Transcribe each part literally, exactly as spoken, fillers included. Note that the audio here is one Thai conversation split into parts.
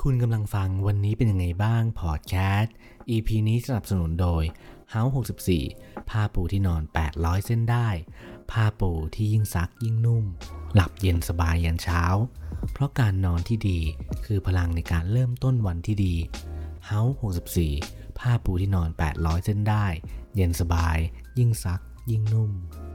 คุณกำลังฟังวันนี้เป็นยังไงบ้างพอดแคสต์ อี พี นี้สนับสนุนโดย House หกสิบสี่ผ้าปูที่นอนแปดร้อยเส้นได้ผ้าปูที่ยิ่งซักยิ่งนุ่มหลับเย็นสบายยันเช้าเพราะการนอนที่ดีคือพลังในการเริ่มต้นวันที่ดี House หกสิบสี่ผ้าปูที่นอนแปดร้อยเส้นได้เย็นสบายยิ่งซักยิ่งนุ่ม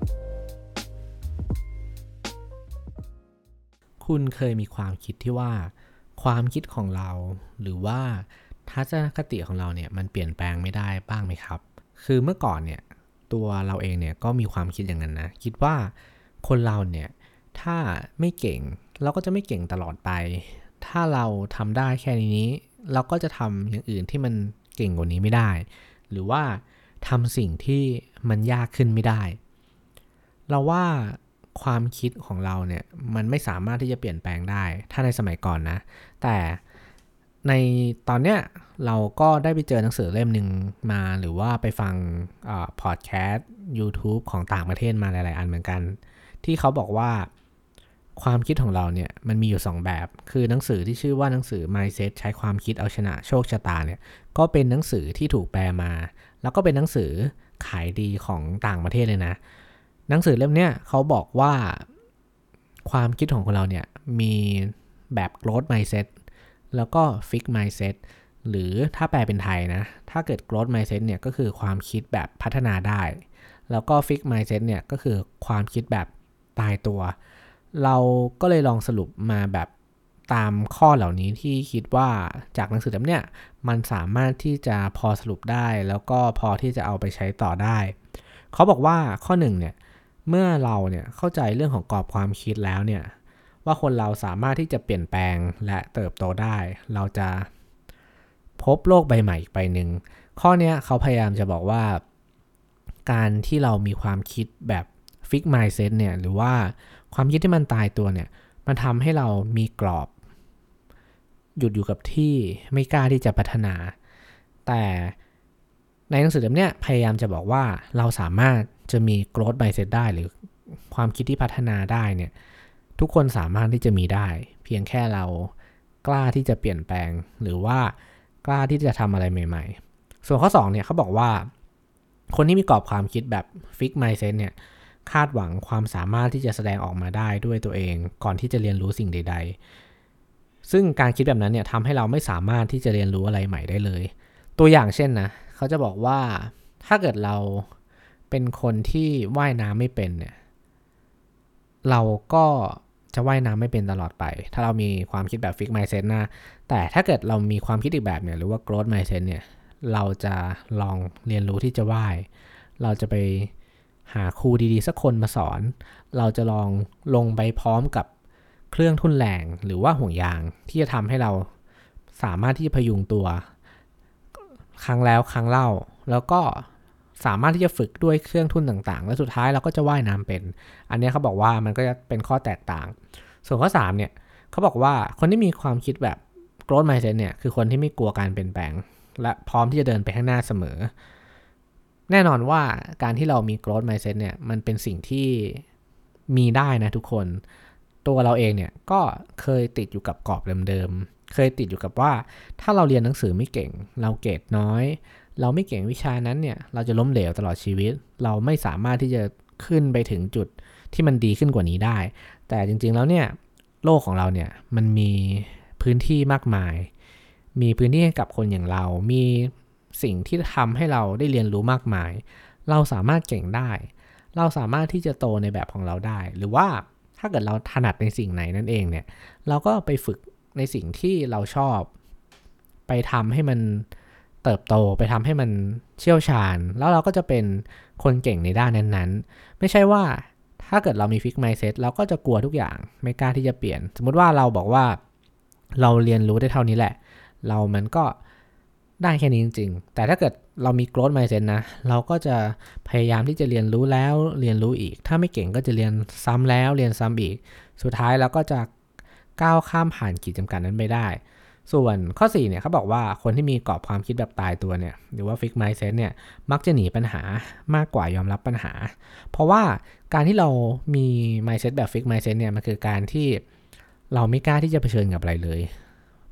คุณเคยมีความคิดที่ว่าความคิดของเราหรือว่าทัศนคติของเราเนี่ยมันเปลี่ยนแปลงไม่ได้บ้างไหมครับคือเมื่อก่อนเนี่ยตัวเราเองเนี่ยก็มีความคิดอย่างนั้นนะคิดว่าคนเราเนี่ยถ้าไม่เก่งเราก็จะไม่เก่งตลอดไปถ้าเราทำได้แค่นี้เราก็จะทำอย่างอื่นที่มันเก่งกว่านี้ไม่ได้หรือว่าทำสิ่งที่มันยากขึ้นไม่ได้เราว่าความคิดของเราเนี่ยมันไม่สามารถที่จะเปลี่ยนแปลงได้ถ้าในสมัยก่อนนะแต่ในตอนเนี้ยเราก็ได้ไปเจอหนังสือเล่มหนึ่งมาหรือว่าไปฟังเอ่อพอดแคสต์ YouTube ของต่างประเทศมาหลายๆอันเหมือนกันที่เขาบอกว่าความคิดของเราเนี่ยมันมีอยู่สองแบบคือหนังสือที่ชื่อว่าหนังสือ Mindset ใช้ความคิดเอาชนะโชคชะตาเนี่ยก็เป็นหนังสือที่ถูกแปลมาแล้วก็เป็นหนังสือขายดีของต่างประเทศเลยนะหนังสือเล่มเนี้ยเขาบอกว่าความคิดของคนเราเนี่ยมีแบบ growth mindset แล้วก็ fix mindset หรือถ้าแปลเป็นไทยนะถ้าเกิด growth mindset เนี่ยก็คือความคิดแบบพัฒนาได้แล้วก็ fix mindset เนี่ยก็คือความคิดแบบตายตัวเราก็เลยลองสรุปมาแบบตามข้อเหล่านี้ที่คิดว่าจากหนังสือเล่มเนี้ยมันสามารถที่จะพอสรุปได้แล้วก็พอที่จะเอาไปใช้ต่อได้เขาบอกว่าข้อหนึ่งเนี่ยเมื่อเราเนี่ยเข้าใจเรื่องของกรอบความคิดแล้วเนี่ยว่าคนเราสามารถที่จะเปลี่ยนแปลงและเติบโตได้เราจะพบโลกใบใหม่อีกใบหนึ่งข้อนี้เขาพยายามจะบอกว่าการที่เรามีความคิดแบบฟิกไมด์เซ็ตเนี่ยหรือว่าความคิดที่มันตายตัวเนี่ยมันทำให้เรามีกรอบหยุดอยู่กับที่ไม่กล้าที่จะพัฒนาแต่ในหนังสือเล่มเนี้ยพยายามจะบอกว่าเราสามารถจะมี growth mindset ได้หรือความคิดที่พัฒนาได้เนี่ยทุกคนสามารถที่จะมีได้เพียงแค่เรากล้าที่จะเปลี่ยนแปลงหรือว่ากล้าที่จะทำอะไรใหม่ๆส่วนข้อสองเนี่ยเขาบอกว่าคนที่มีกรอบความคิดแบบ fix mindset เนี่ยคาดหวังความสามารถที่จะแสดงออกมาได้ด้วยตัวเองก่อนที่จะเรียนรู้สิ่งใดๆซึ่งการคิดแบบนั้นเนี่ยทำให้เราไม่สามารถที่จะเรียนรู้อะไรใหม่ได้เลยตัวอย่างเช่นนะเขาจะบอกว่าถ้าเกิดเราเป็นคนที่ว่ายน้ำไม่เป็นเนี่ยเราก็จะว่ายน้ำไม่เป็นตลอดไปถ้าเรามีความคิดแบบ fix mindset นะแต่ถ้าเกิดเรามีความคิดอีกแบบเนี่ยหรือว่า growth mindset เนี่ยเราจะลองเรียนรู้ที่จะว่ายเราจะไปหาครูดีๆสักคนมาสอนเราจะลองลงไปพร้อมกับเครื่องทุ่นแรงหรือว่าห่วงยางที่จะทำให้เราสามารถที่จะพยุงตัวครั้งแล้วครั้งเล่าแล้วก็สามารถที่จะฝึกด้วยเครื่องทุ่นต่างๆและสุดท้ายเราก็จะว่ายน้ำเป็นอันนี้เขาบอกว่ามันก็จะเป็นข้อแตกต่างส่วนข้อสามเนี่ยเขาบอกว่าคนที่มีความคิดแบบ growth mindset เนี่ยคือคนที่ไม่กลัวการเปลี่ยนแปลงและพร้อมที่จะเดินไปข้างหน้าเสมอแน่นอนว่าการที่เรามี growth mindset เนี่ยมันเป็นสิ่งที่มีได้นะทุกคนตัวเราเองเนี่ยก็เคยติดอยู่กับกรอบเดิมๆเคยติดอยู่กับว่าถ้าเราเรียนหนังสือไม่เก่งเราเกรดน้อยเราไม่เก่งวิชานั้นเนี่ยเราจะล้มเหลวตลอดชีวิตเราไม่สามารถที่จะขึ้นไปถึงจุดที่มันดีขึ้นกว่านี้ได้แต่จริงๆแล้วเนี่ยโลกของเราเนี่ยมันมีพื้นที่มากมายมีพื้นที่ให้กับคนอย่างเรามีสิ่งที่ทำให้เราได้เรียนรู้มากมายเราสามารถเก่งได้เราสามารถที่จะโตในแบบของเราได้หรือว่าถ้าเกิดเราถนัดในสิ่งไหนนั่นเองเนี่ยเราก็ไปฝึกในสิ่งที่เราชอบไปทำให้มันเติบโตไปทำให้มันเชี่ยวชาญแล้วเราก็จะเป็นคนเก่งในด้านนั้นๆไม่ใช่ว่าถ้าเกิดเรามีฟิกไมด์เซ็ตเราก็จะกลัวทุกอย่างไม่กล้าที่จะเปลี่ยนสมมุติว่าเราบอกว่าเราเรียนรู้ได้เท่านี้แหละเรามันก็ได้แค่นี้จริงๆแต่ถ้าเกิดเรามี growth mindset นะเราก็จะพยายามที่จะเรียนรู้แล้วเรียนรู้อีกถ้าไม่เก่งก็จะเรียนซ้ำแล้วเรียนซ้ำอีกสุดท้ายเราก็จะก้าวข้ามผ่านขีดจำกัดนั้นไปได้ส่วนข้อสี่เนี่ยเขาบอกว่าคนที่มีกรอบความคิดแบบตายตัวเนี่ยหรือว่า fix mindset เนี่ยมักจะหนีปัญหามากกว่ายอมรับปัญหาเพราะว่าการที่เรามี mindset แบบ fix mindset เนี่ยมันคือการที่เราไม่กล้าที่จะเผชิญกับอะไรเลย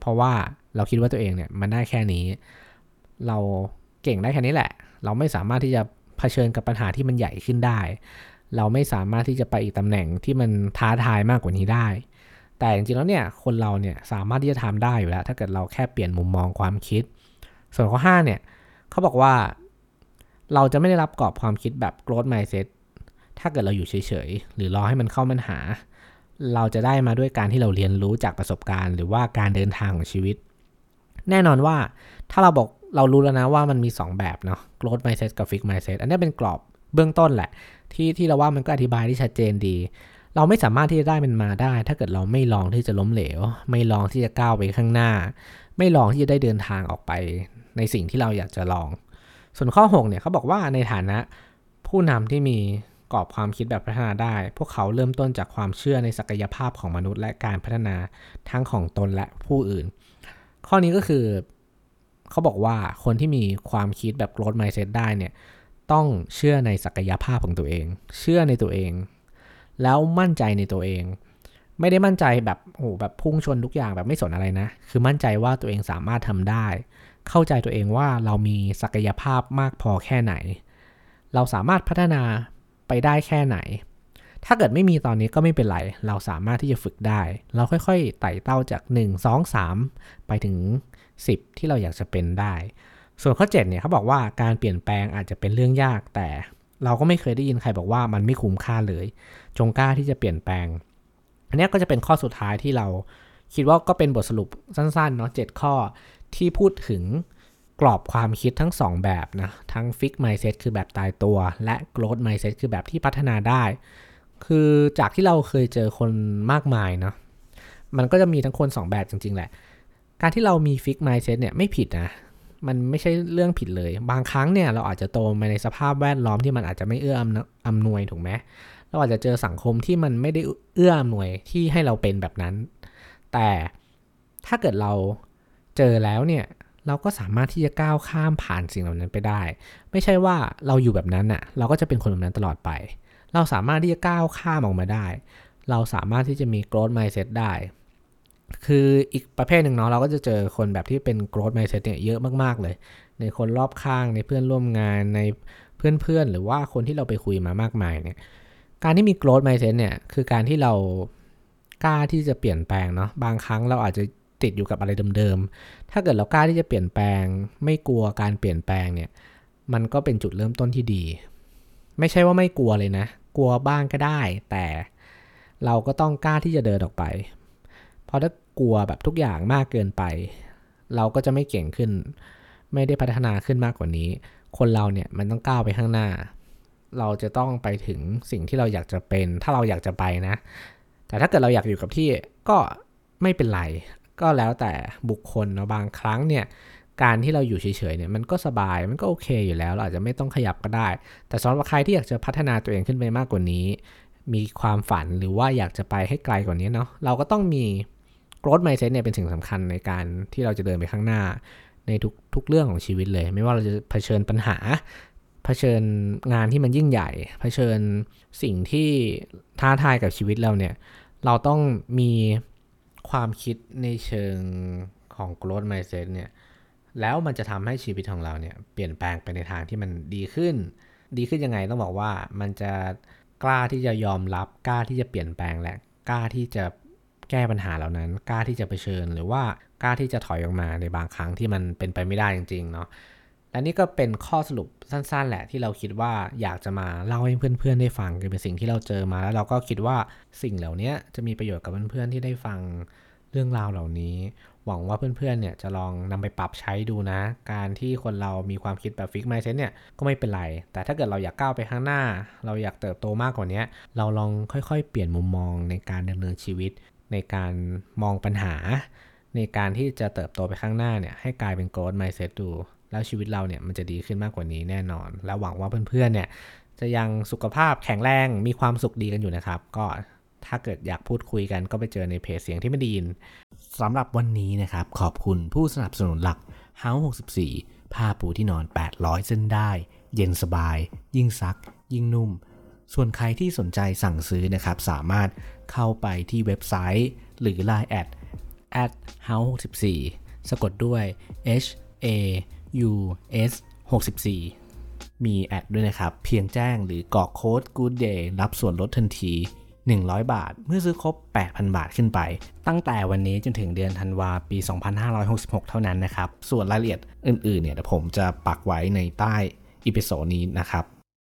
เพราะว่าเราคิดว่าตัวเองเนี่ยมันได้แค่นี้เราเก่งได้แค่นี้แหละเราไม่สามารถที่จะเผชิญกับปัญหาที่มันใหญ่ขึ้นได้เราไม่สามารถที่จะไปอีกตำแหน่งที่มันท้าทายมากกว่านี้ได้แต่จริงๆแล้วเนี่ยคนเราเนี่ยสามารถที่จะทำได้อยู่แล้วถ้าเกิดเราแค่เปลี่ยนมุมมองความคิดส่วนข้อห้าเนี่ยเขาบอกว่าเราจะไม่ได้รับกรอบความคิดแบบ growth mindset ถ้าเกิดเราอยู่เฉยๆหรือรอให้มันเข้ามันหาเราจะได้มาด้วยการที่เราเรียนรู้จากประสบการณ์หรือว่าการเดินทางของชีวิตแน่นอนว่าถ้าเราบอกเรารู้แล้วนะว่ามันมีสองแบบเนาะ growth mindset กับ fixed mindset อันนี้เป็นกรอบเบื้องต้นแหละที่ที่เราว่ามันก็อธิบายที่ชัดเจนดีเราไม่สามารถที่จะได้มันมาได้ถ้าเกิดเราไม่ลองที่จะล้มเหลวไม่ลองที่จะก้าวไปข้างหน้าไม่ลองที่จะได้เดินทางออกไปในสิ่งที่เราอยากจะลองส่วนข้อหกเนี่ยเขาบอกว่าในฐานะผู้นำที่มีกรอบความคิดแบบพัฒนาได้พวกเขาเริ่มต้นจากความเชื่อในศักยภาพของมนุษย์และการพัฒนาทั้งของตนและผู้อื่นข้อนี้ก็คือเขาบอกว่าคนที่มีความคิดแบบ growth mindset ได้เนี่ยต้องเชื่อในศักยภาพของตัวเองเชื่อในตัวเองแล้วมั่นใจในตัวเองไม่ได้มั่นใจแบบโอ้แบบพุ่งชนทุกอย่างแบบไม่สนอะไรนะคือมั่นใจว่าตัวเองสามารถทำได้เข้าใจตัวเองว่าเรามีศักยภาพมากพอแค่ไหนเราสามารถพัฒนาไปได้แค่ไหนถ้าเกิดไม่มีตอนนี้ก็ไม่เป็นไรเราสามารถที่จะฝึกได้เราค่อยๆไต่เต้าจากหนึ่ง สอง สามไปถึงสิบที่เราอยากจะเป็นได้ส่วนข้อเจ็ดเนี่ยเขาบอกว่าการเปลี่ยนแปลงอาจจะเป็นเรื่องยากแต่เราก็ไม่เคยได้ยินใครบอกว่ามันไม่คุ้มค่าเลยจงกล้าที่จะเปลี่ยนแปลงอันนี้ก็จะเป็นข้อสุดท้ายที่เราคิดว่าก็เป็นบทสรุปสั้นๆเนาะเจ็ดข้อที่พูดถึงกรอบความคิดทั้งสองแบบนะทั้ง fixed mindset คือแบบตายตัวและ growth mindset คือแบบที่พัฒนาได้คือจากที่เราเคยเจอคนมากมายเนาะมันก็จะมีทั้งคนสองแบบจริงๆแหละการที่เรามี fixed mindset เนี่ยไม่ผิดนะมันไม่ใช่เรื่องผิดเลยบางครั้งเนี่ยเราอาจจะโตมาในสภาพแวดล้อมที่มันอาจจะไม่เอื้ออำนวยถูกไหมเราอาจจะเจอสังคมที่มันไม่ได้เอื้ออำนวยที่ให้เราเป็นแบบนั้นแต่ถ้าเกิดเราเจอแล้วเนี่ยเราก็สามารถที่จะก้าวข้ามผ่านสิ่งเหล่านั้นไปได้ไม่ใช่ว่าเราอยู่แบบนั้นน่ะเราก็จะเป็นคนแบบนั้นตลอดไปเราสามารถที่จะก้าวข้ามออกมาได้เราสามารถที่จะมี growth mindset ได้คืออีกประเภทหนึ่งเนาะเราก็จะเจอคนแบบที่เป็น growth mindset เนี่ยเยอะมากๆเลยในคนรอบข้างในเพื่อนร่วมงานในเพื่อนๆหรือว่าคนที่เราไปคุยมามากมายเนี่ยการที่มี growth mindset เนี่ยคือการที่เรากล้าที่จะเปลี่ยนแปลงเนาะบางครั้งเราอาจจะติดอยู่กับอะไรเดิมๆถ้าเกิดเรากล้าที่จะเปลี่ยนแปลงไม่กลัวการเปลี่ยนแปลงเนี่ยมันก็เป็นจุดเริ่มต้นที่ดีไม่ใช่ว่าไม่กลัวเลยนะกลัวบ้างก็ได้แต่เราก็ต้องกล้าที่จะเดินออกไปเพราะถ้ากลัวแบบทุกอย่างมากเกินไปเราก็จะไม่เก่งขึ้นไม่ได้พัฒนาขึ้นมากกว่านี้คนเราเนี่ยมันต้องก้าวไปข้างหน้าเราจะต้องไปถึงสิ่งที่เราอยากจะเป็นถ้าเราอยากจะไปนะแต่ถ้าเกิดเราอยากอยู่กับที่ก็ไม่เป็นไรก็แล้วแต่บุคคลเนาะบางครั้งเนี่ยการที่เราอยู่เฉยๆเนี่ยมันก็สบายมันก็โอเคอยู่แล้วเราอาจจะไม่ต้องขยับก็ได้แต่สำหรับใครที่อยากจะพัฒนาตัวเองขึ้นไปมากกว่านี้มีความฝันหรือว่าอยากจะไปให้ไกลกว่านี้เนาะเราก็ต้องมี growth mindset เนี่ยเป็นสิ่งสำคัญในการที่เราจะเดินไปข้างหน้าในทุกทุกเรื่องของชีวิตเลยไม่ว่าเราจะเผชิญปัญหาเผชิญงานที่มันยิ่งใหญ่เผชิญสิ่งที่ท้าทายกับชีวิตเราเนี่ยเราต้องมีความคิดในเชิงของ growth mindset เนี่ยแล้วมันจะทำให้ชีวิตของเราเนี่ยเปลี่ยนแปลงไปในทางที่มันดีขึ้นดีขึ้นยังไงต้องบอกว่ามันจะกล้าที่จะยอมรับกล้าที่จะเปลี่ยนแปลงและกล้าที่จะแก้ปัญหาเหล่านั้นกล้าที่จะเผชิญหรือว่ากล้าที่จะถอยออกมาในบางครั้งที่มันเป็นไปไม่ได้จริงๆเนาะและนี่ก็เป็นข้อสรุปสั้นๆแหละที่เราคิดว่าอยากจะมาเล่าให้เพื่อนๆได้ฟังคือเป็นสิ่งที่เราเจอมาแล้วเราก็คิดว่าสิ่งเหล่านี้จะมีประโยชน์กับเพื่อนๆที่ได้ฟังเรื่องราวเหล่านี้หวังว่าเพื่อนๆเนี่ยจะลองนำไปปรับใช้ดูนะการที่คนเรามีความคิดแบบ fixed mindset เนี่ยก็ไม่เป็นไรแต่ถ้าเกิดเราอยากก้าวไปข้างหน้าเราอยากเติบโตมากกว่านี้เราลองค่อยๆเปลี่ยนมุมมองในการดำเนินชีวิตในการมองปัญหาในการที่จะเติบโตไปข้างหน้าเนี่ยให้กลายเป็น growth mindset ดูแล้วชีวิตเราเนี่ยมันจะดีขึ้นมากกว่านี้แน่นอนและหวังว่าเพื่อนๆเนี่ยจะยังสุขภาพแข็งแรงมีความสุขดีกันอยู่นะครับก็ถ้าเกิดอยากพูดคุยกันก็ไปเจอในเพจเสียงที่ไม่ดีนสำหรับวันนี้นะครับขอบคุณผู้สนับสนุนหลัก House หกสิบสี่ผ้าปูที่นอนแปดร้อยเส้นได้เย็นสบายยิ่งซักยิ่งนุ่มส่วนใครที่สนใจสั่งซื้อนะครับสามารถเข้าไปที่เว็บไซต์หรือ ไลน์ แอดแอท เฮาส์ หกสิบสี่ สะกดด้วย H A U S หกสิบสี่ มีแอดด้วยนะครับเพียงแจ้งหรือกรอกโค้ด Good Day รับส่วนลดทันทีหนึ่งร้อยบาทเมื่อซื้อครบ แปดพัน บาทขึ้นไปตั้งแต่วันนี้จนถึงเดือนธันวาปีสองพันห้าร้อยหกสิบหกเท่านั้นนะครับส่วนรายละเอียดอื่นๆเนี่ยเดี๋ยวผมจะปักไว้ในใต้อีพิโซดนี้นะครับ